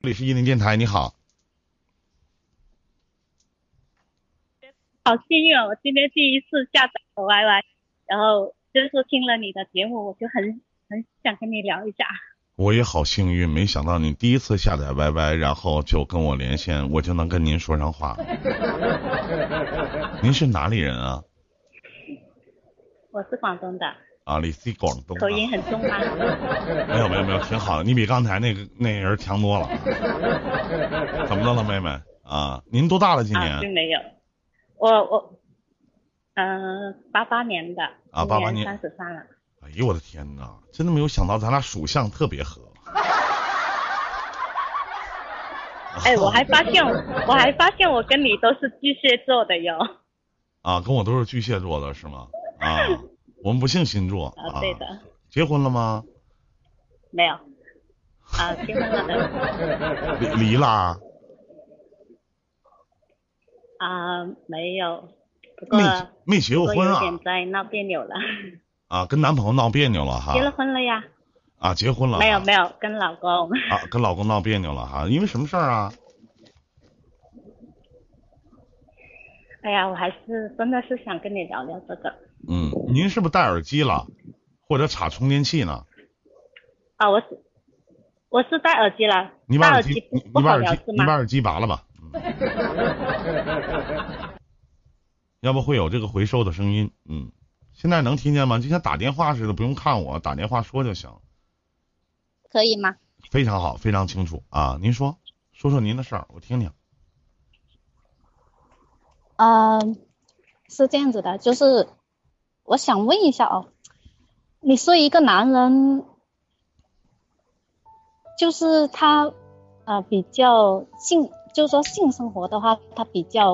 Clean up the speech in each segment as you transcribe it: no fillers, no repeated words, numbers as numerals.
这里是伊林电台，你好。 好幸运哦！我今天第一次下载了 YY，然后就是听了你的节目，我就很想跟你聊一下。 我也好幸运，没想到你第一次下载 YY，然后就跟我连线，我就能跟您说上话。您是哪里人啊？ 我是广东的。 啊，你是广东口啊？ 音很重吗？ 没有，挺好的，你比刚才那人强多了。怎么的了，妹妹啊？您多大了？今年？ 并没有。我88年的。 啊， 今年 88年。 33了。 哎呦我的天哪，真的没有想到咱俩属相特别合。 我还发现我跟你都是巨蟹座的哟。 啊，跟我都是巨蟹座的是吗？啊，我们不信星座啊。 对的。 结婚了吗？ 没有。结婚了的。 离啦？ 没有。不过没结过婚啊？ 有点在闹别扭了。 啊，跟男朋友闹别扭了哈？ 结了婚了呀。 啊，结婚了？ 没有，跟老公。 啊，跟老公闹别扭了哈？因为什么事儿啊？ 哎呀，我还是真的是想跟你聊聊这个。 您是不是戴耳机了，或者插充电器呢？ 我是戴耳机了。 你把耳机不好聊是吗？ 你把耳机拔了吧。要不会有这个回收的声音。现在能听见吗？就像打电话似的，不用看我，打电话说就行。 可以吗？ 非常好，非常清楚啊！您说您的事儿，我听听。 是这样子的，就是我想问一下哦，你说一个男人，就是他比较就是说性生活的话，他比较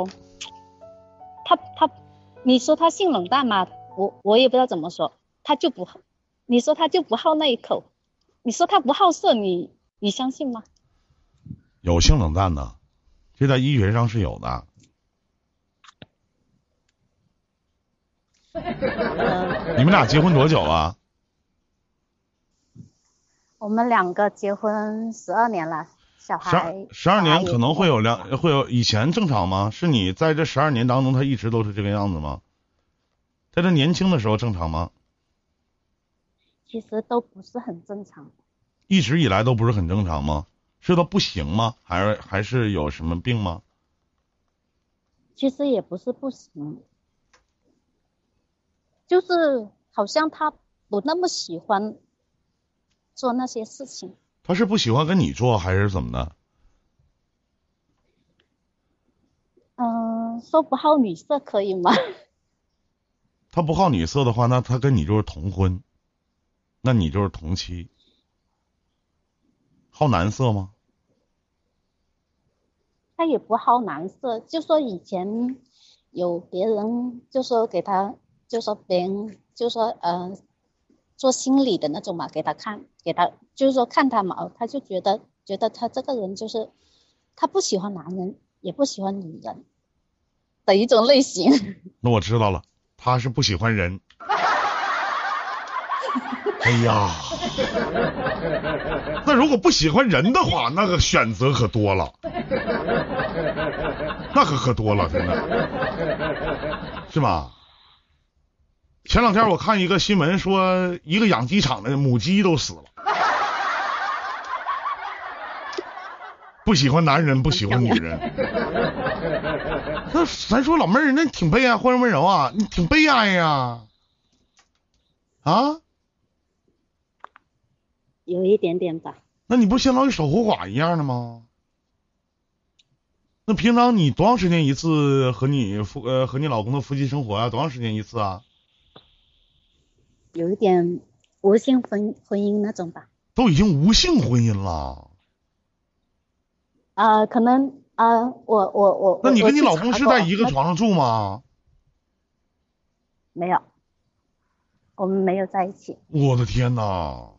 你说他性冷淡嘛，我也不知道怎么说，你说他就不好那一口，你说他不好色，你相信吗？ 有性冷淡的，这在医学上是有的。你们俩结婚多久了？ 我们2个结婚12年了，小孩 12年可能会有以前正常吗？是你在这12年当中，他一直都是这个样子吗？在他年轻的时候正常吗？ 其实都不是很正常。 一直以来都不是很正常吗？是他不行吗？还是有什么病吗？ 其实也不是不行，就是好像他不那么喜欢做那些事情。 他是不喜欢跟你做还是怎么的？ 说不好女色可以吗？ 他不好女色的话，那他跟你就是同婚，那你就是同妻。好男色吗？ 他也不好男色，就说以前有别人就说给他，就说别人就说做心理的那种嘛，给他就是说看他嘛，他就觉得他这个人就是他不喜欢男人，也不喜欢女人的一种类型。 那我知道了，他是不喜欢人。哎呀，那如果不喜欢人的话，那个选择可多了，那可多了，真的，是吧？前两天我看一个新闻说，一个养鸡场的母鸡都死了。不喜欢男人，不喜欢女人。那咱说老妹儿，那挺悲哀，换人温柔啊，你挺悲哀呀。啊？ 有一点点吧。 那你不相当于守活寡一样的吗？那平常你多长时间一次和你老公的夫妻生活啊？多长时间一次啊？ 有一点无性婚姻那种吧。 都已经无性婚姻了。 可能我那你跟你老公是在一个床上住吗？ 没有，我们没有在一起。 我的天哪！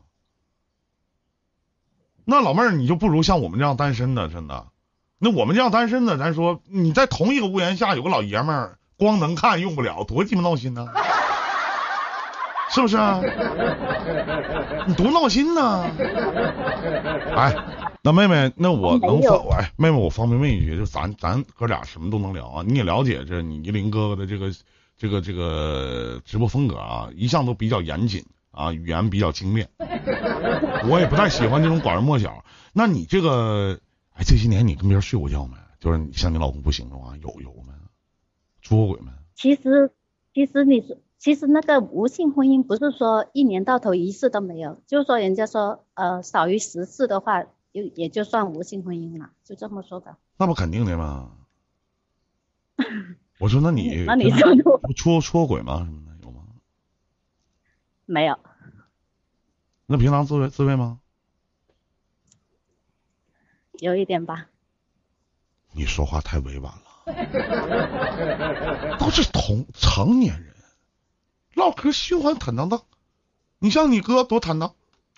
那老妹儿，你就不如像我们这样单身的，真的。那我们这样单身的，咱说你在同一个屋檐下有个老爷们儿，光能看用不了，多鸡巴闹心呢，是不是啊？你多闹心呢！哎， 那妹妹，那我能没有妹妹，我方便问一句，就咱哥俩什么都能聊啊。你也了解这你依林哥哥的这个直播风格啊，一向都比较严谨啊，语言比较精炼。我也不太喜欢这种拐弯抹角。那你这个，哎，这些年你跟别人睡过觉没？就是你像你老公不行的话，有没？出过轨没？ 其实那个无性婚姻不是说一年到头一次都没有，就是说人家说少于10次的话，也就算无性婚姻了，就这么说的。 那不肯定的吗？我说那你那你说的出过轨吗？什么的有吗？ 没有？ 那平常自慰吗？ 有一点吧。 你说话太委婉了。都是成年人，唠嗑心怀坦荡荡。你像你哥多坦荡，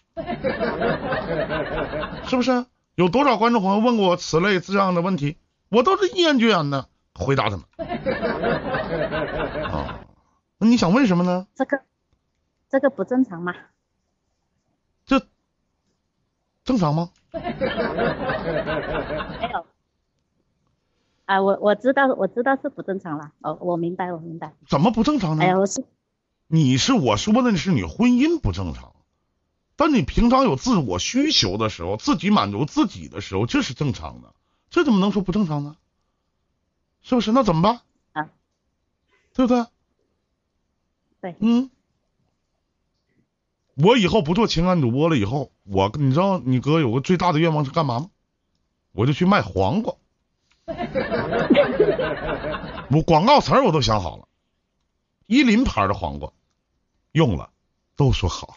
是不是？有多少观众朋友问过我此类这样的问题，我都是一言绝言的回答他们。啊，那你想问什么呢？ 这个不正常吗？ 这正常吗？ 没有。啊，我知道是不正常了。哦，我明白。 怎么不正常呢？ 哎呀， 我说的是你婚姻不正常，但你平常有自我需求的时候，自己满足自己的时候，这是正常的，这怎么能说不正常呢？是不是？那怎么办？ 啊， 对不对？ 对。 我以后不做情感主播了，以后你知道你哥有个最大的愿望是干嘛吗？我就去卖黄瓜。我广告词我都想好了，依林牌的黄瓜，用了都说好。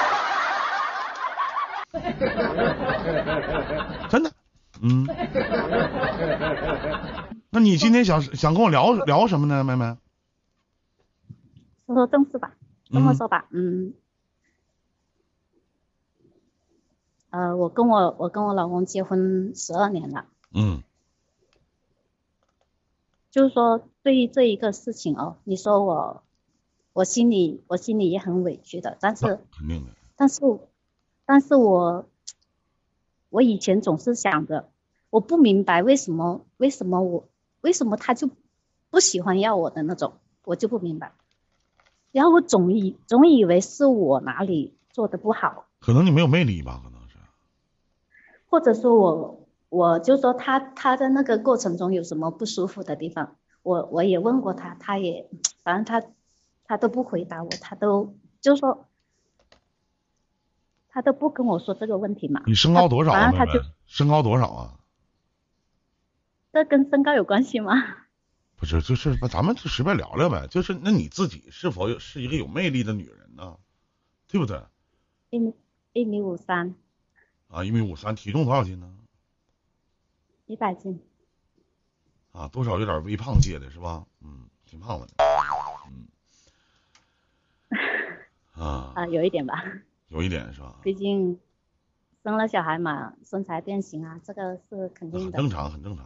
真的。那你今天想跟我聊什么呢，妹妹？ 说正事吧。这么说吧。我跟我老公结婚12年了。就是说对于这一个事情哦，你说我心里也很委屈的，但是肯定的。 但是我以前总是想着，我不明白为什么他就不喜欢要我的那种，我就不明白。然后我总以为是我哪里做的不好， 可能你没有魅力吧，可能是， 或者说我就说他在那个过程中有什么不舒服的地方，我也问过他，他也反正他都不回答我，他都就说他都不跟我说这个问题嘛。 你身高多少啊？ 反正他就身高多少啊？ 这跟身高有关系吗？ 不是，就是咱们就随便聊聊呗。就是那你自己是否是一个有魅力的女人呢？对不对 ？1.53米。 啊，1.53米，体重多少斤呢 ？100斤。 啊，多少有点微胖界的是吧？挺胖的。 有一点吧。 有一点是吧？ 毕竟生了小孩嘛，身材变形啊，这个是肯定的。 很正常，很正常。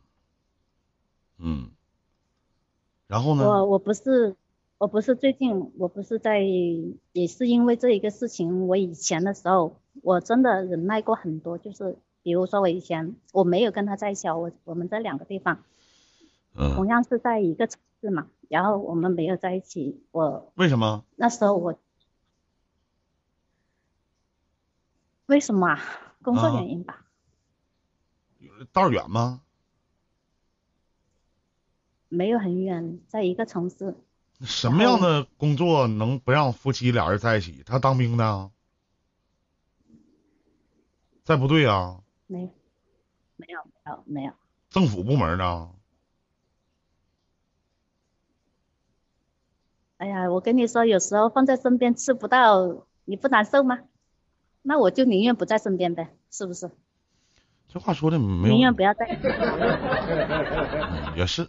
然后呢？ 我不是最近，我不是在，也是因为这一个事情，我以前的时候我真的忍耐过很多，就是比如说我以前我没有跟他在一起，我们在2个地方，同样是在一个城市嘛，然后我们没有在一起。 为什么？ 那时候为什么啊？工作原因吧。 道远吗？ 没有很远，在一个城市。 什么样的工作能不让夫妻俩人在一起？他当兵的啊？在部队啊？ 没有。 政府部门的？ 哎呀，我跟你说，有时候放在身边吃不到，你不难受吗？那我就宁愿不在身边呗，是不是？ 这话说的没有。 宁愿不要在。 也是。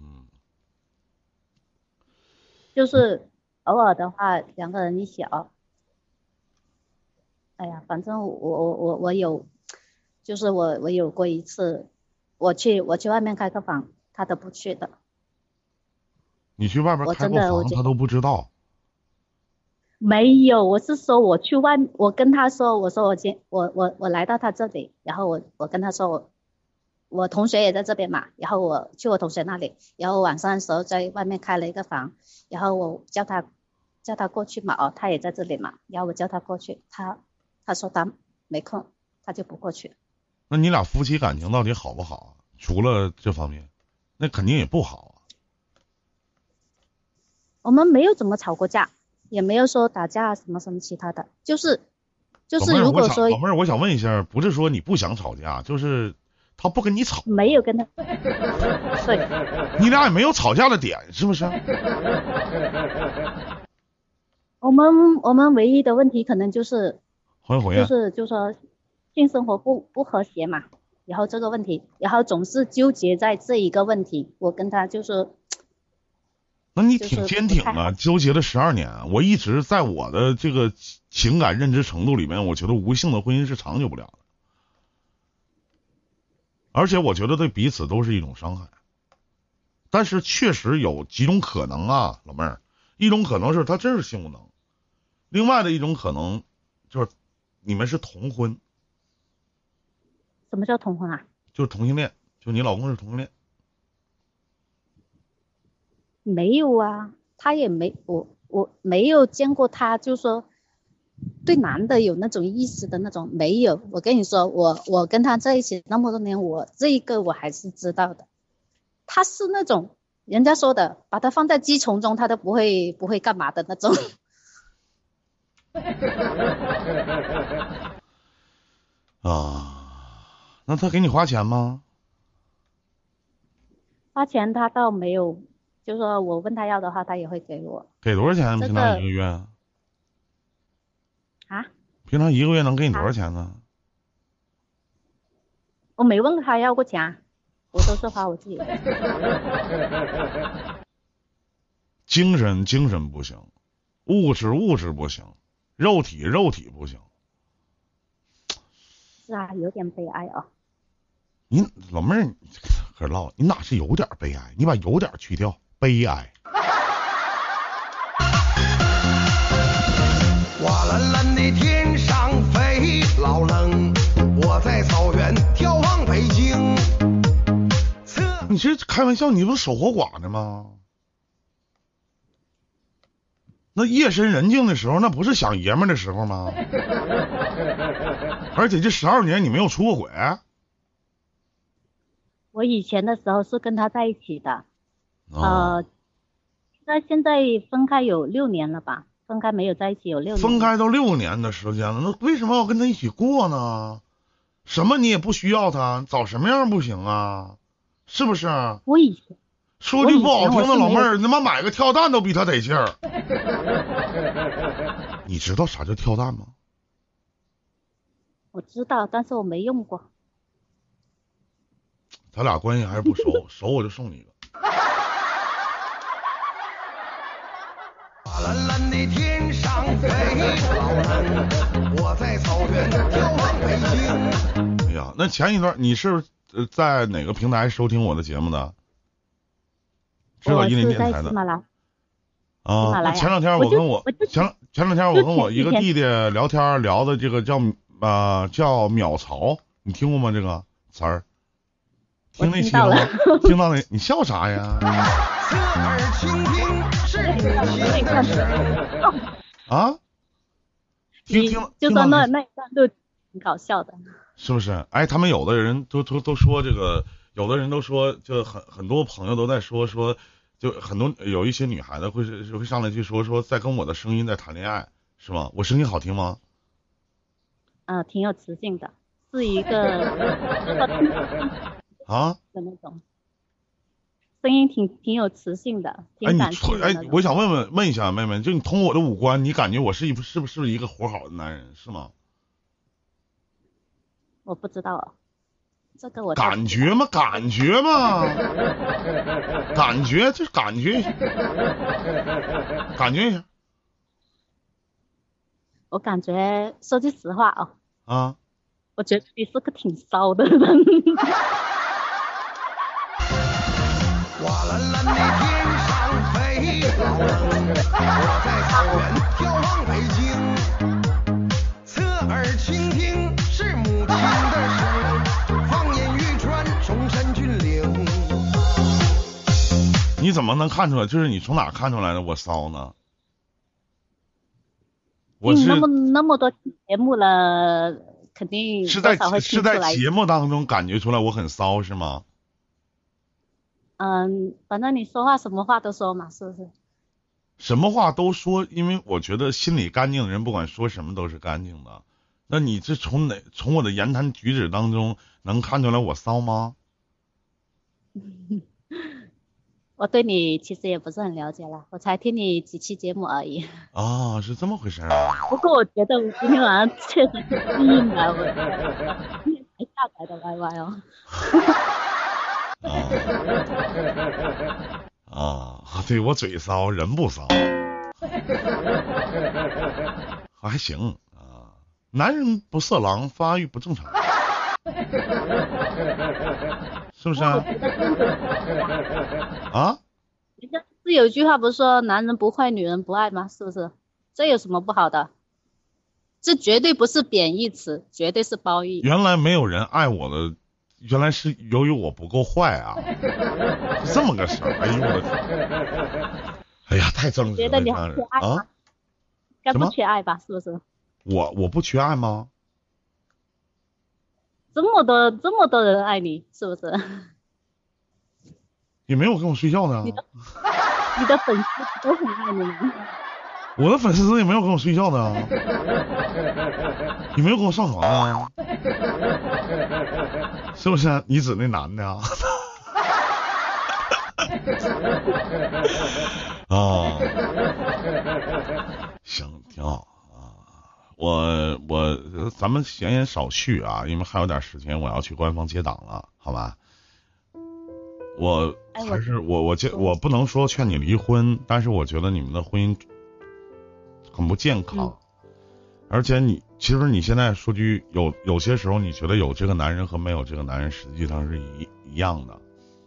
就是偶尔的话，2个人一起哦。哎呀，反正我有，就是我有过一次，我去外面开个房，他都不去的。 你去外边开过房，他都不知道。 没有，我是说我跟他说，我说我来到他这里，然后我跟他说我同学也在这边嘛，然后我去我同学那里，然后晚上的时候在外面开了一个房，然后我叫他过去嘛，他也在这里嘛，然后我叫他过去，他说他没空，他就不过去。 那你俩夫妻感情到底好不好啊？除了这方面，那肯定也不好啊。 我们没有怎么吵过架，也没有说打架什么什么其他的，就是如果说老妹儿，我想问一下，不是说你不想吵架，就是他不跟你吵， 没有跟他，对， 你俩也没有吵架的点，是不是？ 我们唯一的问题可能就是就说性生活不和谐嘛，然后这个问题，然后总是纠结在这一个问题，我跟他就是。 那你挺坚挺啊，纠结了12年。我一直在我的这个情感认知程度里面，我觉得无性的婚姻是长久不了的，而且我觉得对彼此都是一种伤害。但是确实有几种可能啊，老妹儿，一种可能是他真是性无能，另外的一种可能就是你们是同婚。 什么叫同婚啊？ 就是同性恋，就你老公是同性恋。 没有啊，他也没我没有见过他，就说对男的有那种意思的那种，没有。我跟你说，我跟他在一起那么多年，我这一个我还是知道的。他是那种人家说的，把他放在鸡丛中，他都不会干嘛的那种。 啊，那他给你花钱吗？ 花钱他倒没有。就说我问他要的话，他也会给我。 给多少钱？平常一个月？ 啊？ 平常一个月能给你多少钱呢？ 我没问他要过钱，我都是花我自己的。 精神不行，物质不行，肉体不行。 是啊，有点悲哀啊。 你老妹儿可唠，你哪是有点悲哀？你把有点去掉。悲哀。 哇蓝蓝的天上飞，老冷，我在草原眺望北京。 你这开玩笑，你不是守活寡的吗？那夜深人静的时候，那不是想爷们的时候吗？而且这12年你没有出过轨。 我以前的时候是跟他在一起的。现在分开有6年了吧？分开没有在一起有6年。 分开都6年的时间了，那为什么要跟他一起过呢？什么你也不需要他，找什么样不行啊？是不是？ 我以前说句不好听的，老妹儿，他妈买个跳蛋都比他得劲儿。你知道啥叫跳蛋吗？ 我知道，但是我没用过。 咱俩关系还是不熟，熟我就送你一个。 蓝蓝的天上飞，老人，我在草原眺望北京。 哎呀，那前一段你是在哪个平台收听我的节目的？知道1林电台的。啊，那前两天我跟我一个弟弟聊天，聊的这个叫鸟巢，你听过吗？这个词儿？听那期了吗？听到那，你笑啥呀？ 侧耳倾听是女性的声啊？听就说那一段都挺搞笑的， 是不是？哎，他们有的人都说这个，有的人都说，就很多朋友都在说，就很多有一些女孩子会上来去说在跟我的声音在谈恋爱，是吗？我声音好听吗？ 挺有磁性的，是一个啊的那种。声音挺有磁性的，挺感性的。 我想问一下妹妹，就你通过我的五官，你感觉我是不是一个活好的男人，是吗？ 我不知道啊，这个我感觉嘛，感觉就是感觉一下。 我感觉说句实话啊， 我觉得你是个挺骚的人。 哇蓝蓝的天上飞， 老冷，我在草原眺望北京，侧耳倾听是母亲的声，放眼欲穿崇山峻岭。 你怎么能看出来？就是你从哪看出来的我骚呢？我是那么多节目了，肯定是多少会听出来。 在节目当中感觉出来我很骚是吗？ 反正你说话什么话都说嘛，是不是？ 什么话都说，因为我觉得心里干净的人，不管说什么都是干净的。那你这从我的言谈举止当中能看出来我骚吗？ 我对你其实也不是很了解了，我才听你几期节目而已。 啊，是这么回事啊。 不过我觉得我今天晚上确实是适应了，我今天才下载的 YY 哦。 对，我嘴骚人不骚，还行啊。男人不色狼，发育不正常，是不是啊？啊？ 人家是有句话不是说男人不坏女人不爱吗？是不是？这有什么不好的？这绝对不是贬义词，绝对是褒义。 原来没有人爱我的。原来是由于我不够坏啊，是这么个事儿。哎呦我的天！哎呀，太正直了。 觉得你很缺爱吗？该不缺爱吧？是不是？ 我不缺爱吗？ 这么多人爱你，是不是？ 也没有跟我睡觉的。 你的粉丝都很爱你吗？ 我的粉丝也没有跟我睡觉的，也没有跟我上床啊，是不是？你指那男的啊？啊，行，挺好啊。咱们闲言少叙啊，因为还有点时间，我要去官方接档了，好吧？我不能说劝你离婚，但是我觉得你们的婚姻很不健康，而且其实你现在说句有些时候你觉得有这个男人和没有这个男人实际上是一样的。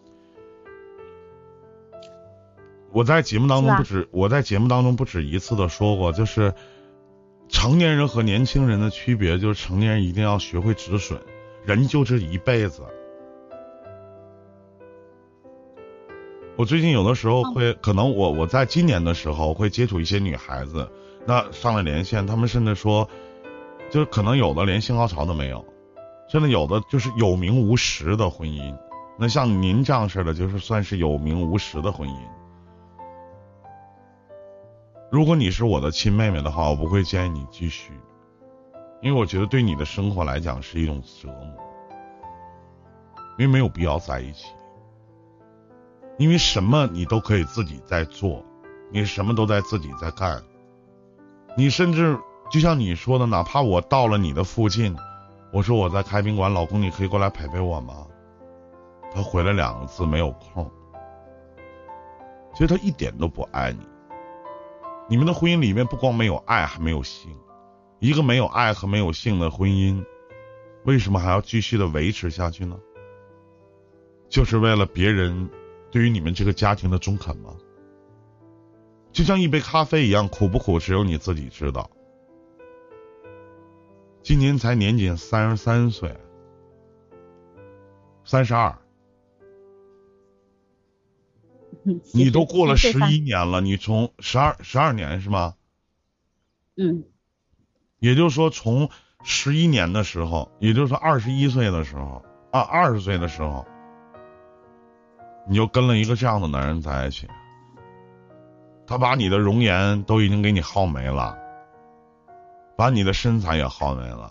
我在节目当中不止一次的说过，就是成年人和年轻人的区别就是成年人一定要学会止损，人就这一辈子。我最近有的时候可能我在今年的时候会接触一些女孩子，那上了连线，他们甚至说，就可能有的连性高潮都没有，甚至有的就是有名无实的婚姻。那像您这样式的，就是算是有名无实的婚姻。如果你是我的亲妹妹的话，我不会建议你继续，因为我觉得对你的生活来讲是一种折磨，因为没有必要在一起。因为什么你都可以自己在做，你什么都在自己在干，你甚至就像你说的，哪怕我到了你的附近，我说我在开宾馆，老公你可以过来陪陪我吗？他回来2个字，没有空。其实他一点都不爱你。你们的婚姻里面不光没有爱，还没有性。一个没有爱和没有性的婚姻，为什么还要继续的维持下去呢？就是为了别人对于你们这个家庭的中肯吗？就像一杯咖啡一样，苦不苦只有你自己知道。今年才年仅33岁，32，你都过了11年了，你从12年是吗？也就是说从11年的时候，也就是说21岁的时候20岁的时候，你就跟了一个这样的男人在一起，他把你的容颜都已经给你耗没了，把你的身材也耗没了，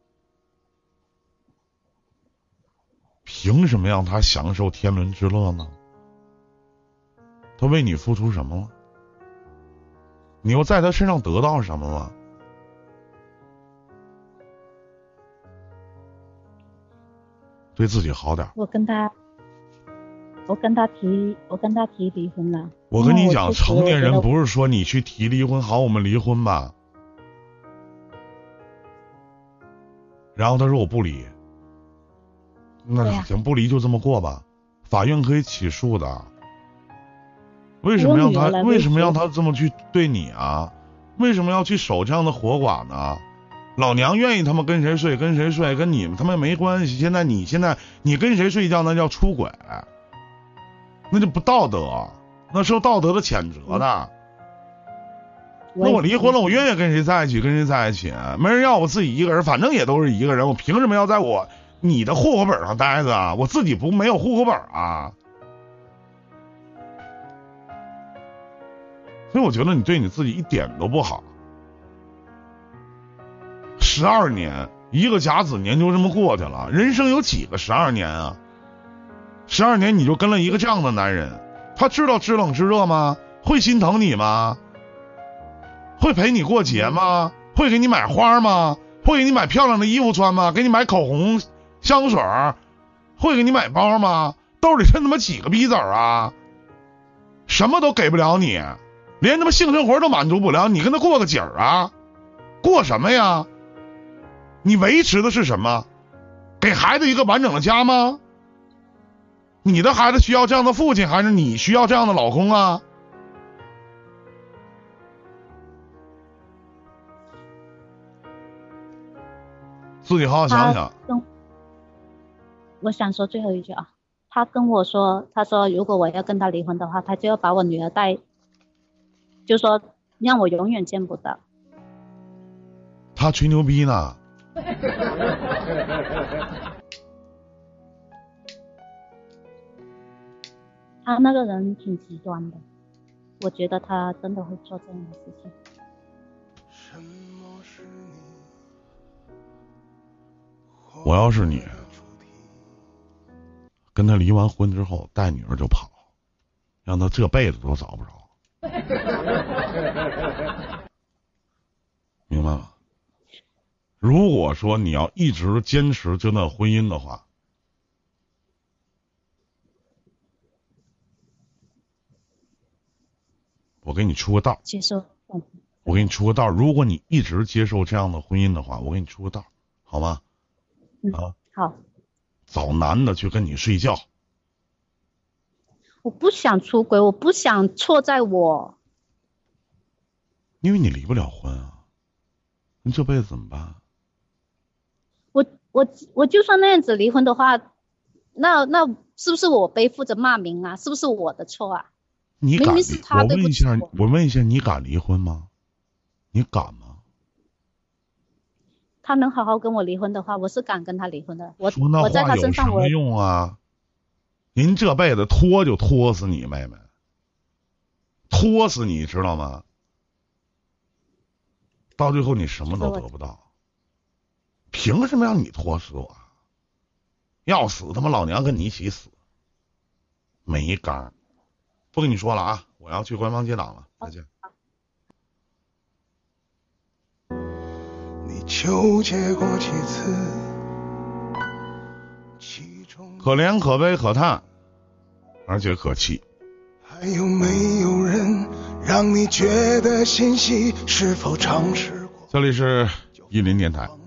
凭什么让他享受天伦之乐呢？他为你付出什么了？你又在他身上得到什么了？对自己好点。 我跟他提离婚了。 我跟你讲，成年人不是说你去提离婚，好，我们离婚吧。然后他说我不离，那行，不离就这么过吧。法院可以起诉的。 为什么让他这么去对你啊？为什么要去守这样的活寡呢？老娘愿意他们跟谁睡跟谁睡，跟你们他们没关系。现在你跟谁睡觉那叫出轨，那就不道德，那受道德的谴责的。那我离婚了，我愿意跟谁在一起跟谁在一起，没人要我自己一个人，反正也都是一个人，我凭什么要在你的户口本上待着啊？我自己没有户口本啊。所以我觉得你对你自己一点都不好。12年，一个甲子年就这么过去了，人生有几个12年啊？12年你就跟了一个这样的男人，他知道知冷知热吗？会心疼你吗？会陪你过节吗？会给你买花吗？会给你买漂亮的衣服穿吗？给你买口红香水？会给你买包吗？兜里剩他妈几个逼子啊？什么都给不了你，连他妈性生活都满足不了，你跟他过个节啊？过什么呀？你维持的是什么？给孩子一个完整的家吗？你的孩子需要这样的父亲，还是你需要这样的老公啊？自己好好想想。 我想说最后一句啊，他跟我说，他说如果我要跟他离婚的话，他就要把我女儿带，就说让我永远见不到。 他吹牛逼呢。 他那个人挺极端的，我觉得他真的会做这样的事情。 我要是你，跟他离完婚之后带女儿就跑，让他这辈子都找不着。明白吗？如果说你要一直坚持这段婚姻的话，我给你出个道。 接受。 我给你出个道，如果你一直接受这样的婚姻的话，我给你出个道，好吗？啊， 好。 找男的去跟你睡觉。 我不想出轨，我不想错在我。 因为你离不了婚啊，你这辈子怎么办？ 我就算那样子离婚的话，那是不是我背负着骂名啊？是不是我的错啊？ 你敢？ 明明是他对不起我问一下，你敢离婚吗？你敢吗？ 他能好好跟我离婚的话，我是敢跟他离婚的。我在他身上有什么用啊？您这辈子拖就拖死你，妹妹，拖死你，知道吗？到最后你什么都得不到。凭什么让你拖死我？要死他妈老娘跟你一起死，没杆。不跟你说了啊，我要去官方接档了，再见。 你纠结过几次？ 可怜可悲可叹，而且可气。 还有没有人让你觉得欣喜？是否尝试过？ 这里是10电台。